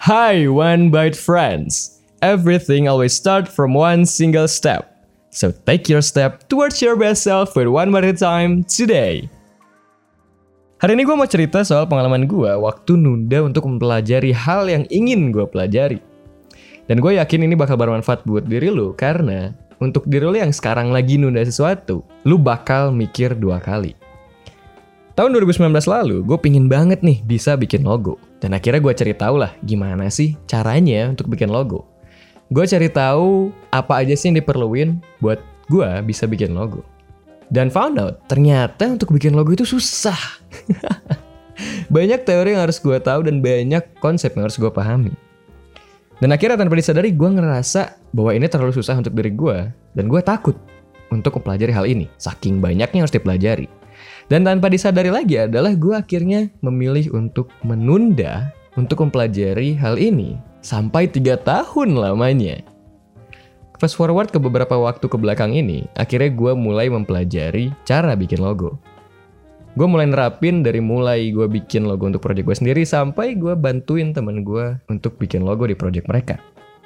Hi, One Bite friends. Everything always starts from one single step. So take your step towards your best self with one bite at a time today. Hari ini gue mau cerita soal pengalaman gue waktu nunda untuk mempelajari hal yang ingin gue pelajari. Dan gue yakin ini bakal bermanfaat buat diri lu, karena untuk diri lu yang sekarang lagi nunda sesuatu, lu bakal mikir 2 kali. Tahun 2019 lalu, gue pingin banget nih bisa bikin logo. Dan akhirnya gue cari tahu lah gimana sih caranya untuk bikin logo. Gue cari tahu apa aja sih yang diperluin buat gue bisa bikin logo. Dan found out, ternyata untuk bikin logo itu susah. Banyak teori yang harus gue tahu dan banyak konsep yang harus gue pahami. Dan akhirnya tanpa disadari gue ngerasa bahwa ini terlalu susah untuk diri gue. Dan gue takut untuk mempelajari hal ini. Saking banyaknya yang harus dipelajari. Dan tanpa disadari lagi adalah gue akhirnya memilih untuk menunda untuk mempelajari hal ini. Sampai 3 tahun lamanya. Fast forward ke beberapa waktu ke belakang ini, akhirnya gue mulai mempelajari cara bikin logo. Gue mulai nerapin dari mulai gue bikin logo untuk project gue sendiri sampai gue bantuin temen gue untuk bikin logo di project mereka.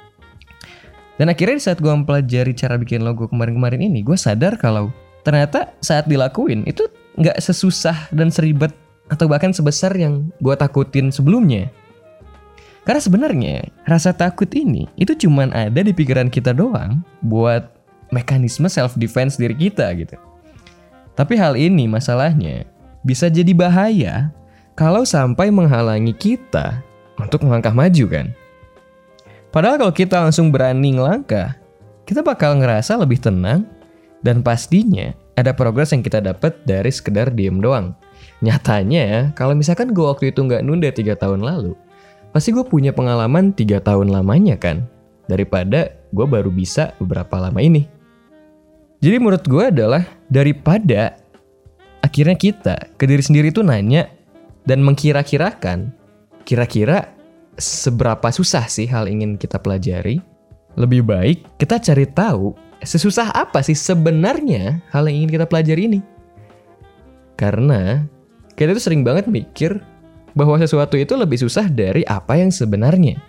Dan akhirnya saat gue mempelajari cara bikin logo kemarin-kemarin ini, gue sadar kalau ternyata saat dilakuin itu gak sesusah dan seribet atau bahkan sebesar yang gue takutin sebelumnya. Karena sebenarnya rasa takut ini itu cuman ada di pikiran kita doang buat mekanisme self-defense diri kita gitu. Tapi hal ini masalahnya bisa jadi bahaya kalau sampai menghalangi kita untuk melangkah maju kan. Padahal kalau kita langsung berani ngelangkah, kita bakal ngerasa lebih tenang dan pastinya ada progres yang kita dapat dari sekedar diem doang. Nyatanya kalau misalkan gue waktu itu nggak nunda 3 tahun lalu, pasti gue punya pengalaman 3 tahun lamanya kan, daripada gue baru bisa beberapa lama ini. Jadi menurut gue adalah daripada akhirnya kita ke diri sendiri tuh nanya dan mengkira-kirakan kira-kira seberapa susah sih hal ingin kita pelajari, lebih baik kita cari tahu sesusah apa sih sebenarnya hal yang ingin kita pelajari ini. Karena kita tuh sering banget mikir bahwa sesuatu itu lebih susah dari apa yang sebenarnya.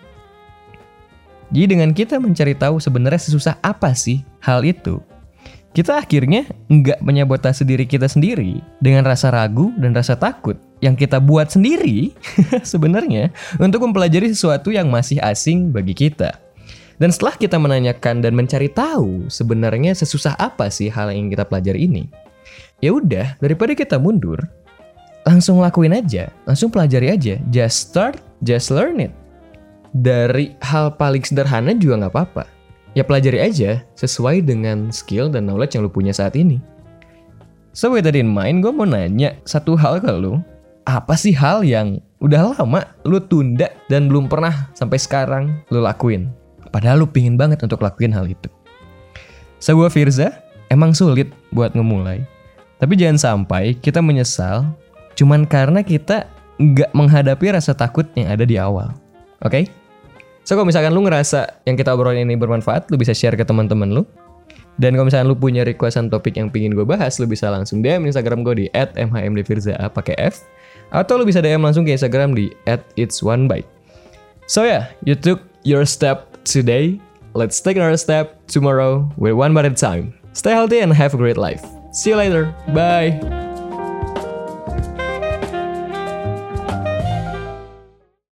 Jadi dengan kita mencari tahu sebenarnya sesusah apa sih hal itu, kita akhirnya nggak menyabotase diri kita sendiri dengan rasa ragu dan rasa takut yang kita buat sendiri sebenarnya untuk mempelajari sesuatu yang masih asing bagi kita. Dan setelah kita menanyakan dan mencari tahu sebenarnya sesusah apa sih hal yang ingin kita pelajari ini, ya udah daripada kita mundur, langsung lakuin aja, langsung pelajari aja, just start, just learn it. Dari hal paling sederhana juga nggak apa-apa. Ya pelajari aja sesuai dengan skill dan knowledge yang lu punya saat ini. So with that in mind, gue mau nanya satu hal ke lu. Apa sih hal yang udah lama lu tunda dan belum pernah sampai sekarang lu lakuin? Padahal lu pingin banget untuk lakuin hal itu. So gue Firza, emang sulit buat ngemulai. Tapi jangan sampai kita menyesal cuman karena kita nggak menghadapi rasa takut yang ada di awal. Oke? So kalau misalkan lu ngerasa yang kita obrolin ini bermanfaat, lu bisa share ke teman-teman lu. Dan kalau misalkan lu punya requestan topik yang pingin gue bahas, lu bisa langsung DM Instagram gue di @mhmdfirza pakai F. Atau lu bisa DM langsung ke Instagram di @itsonebite. So yeah, you took your step today. Let's take another step tomorrow with one bite at a time. Stay healthy and have a great life. See you later. Bye.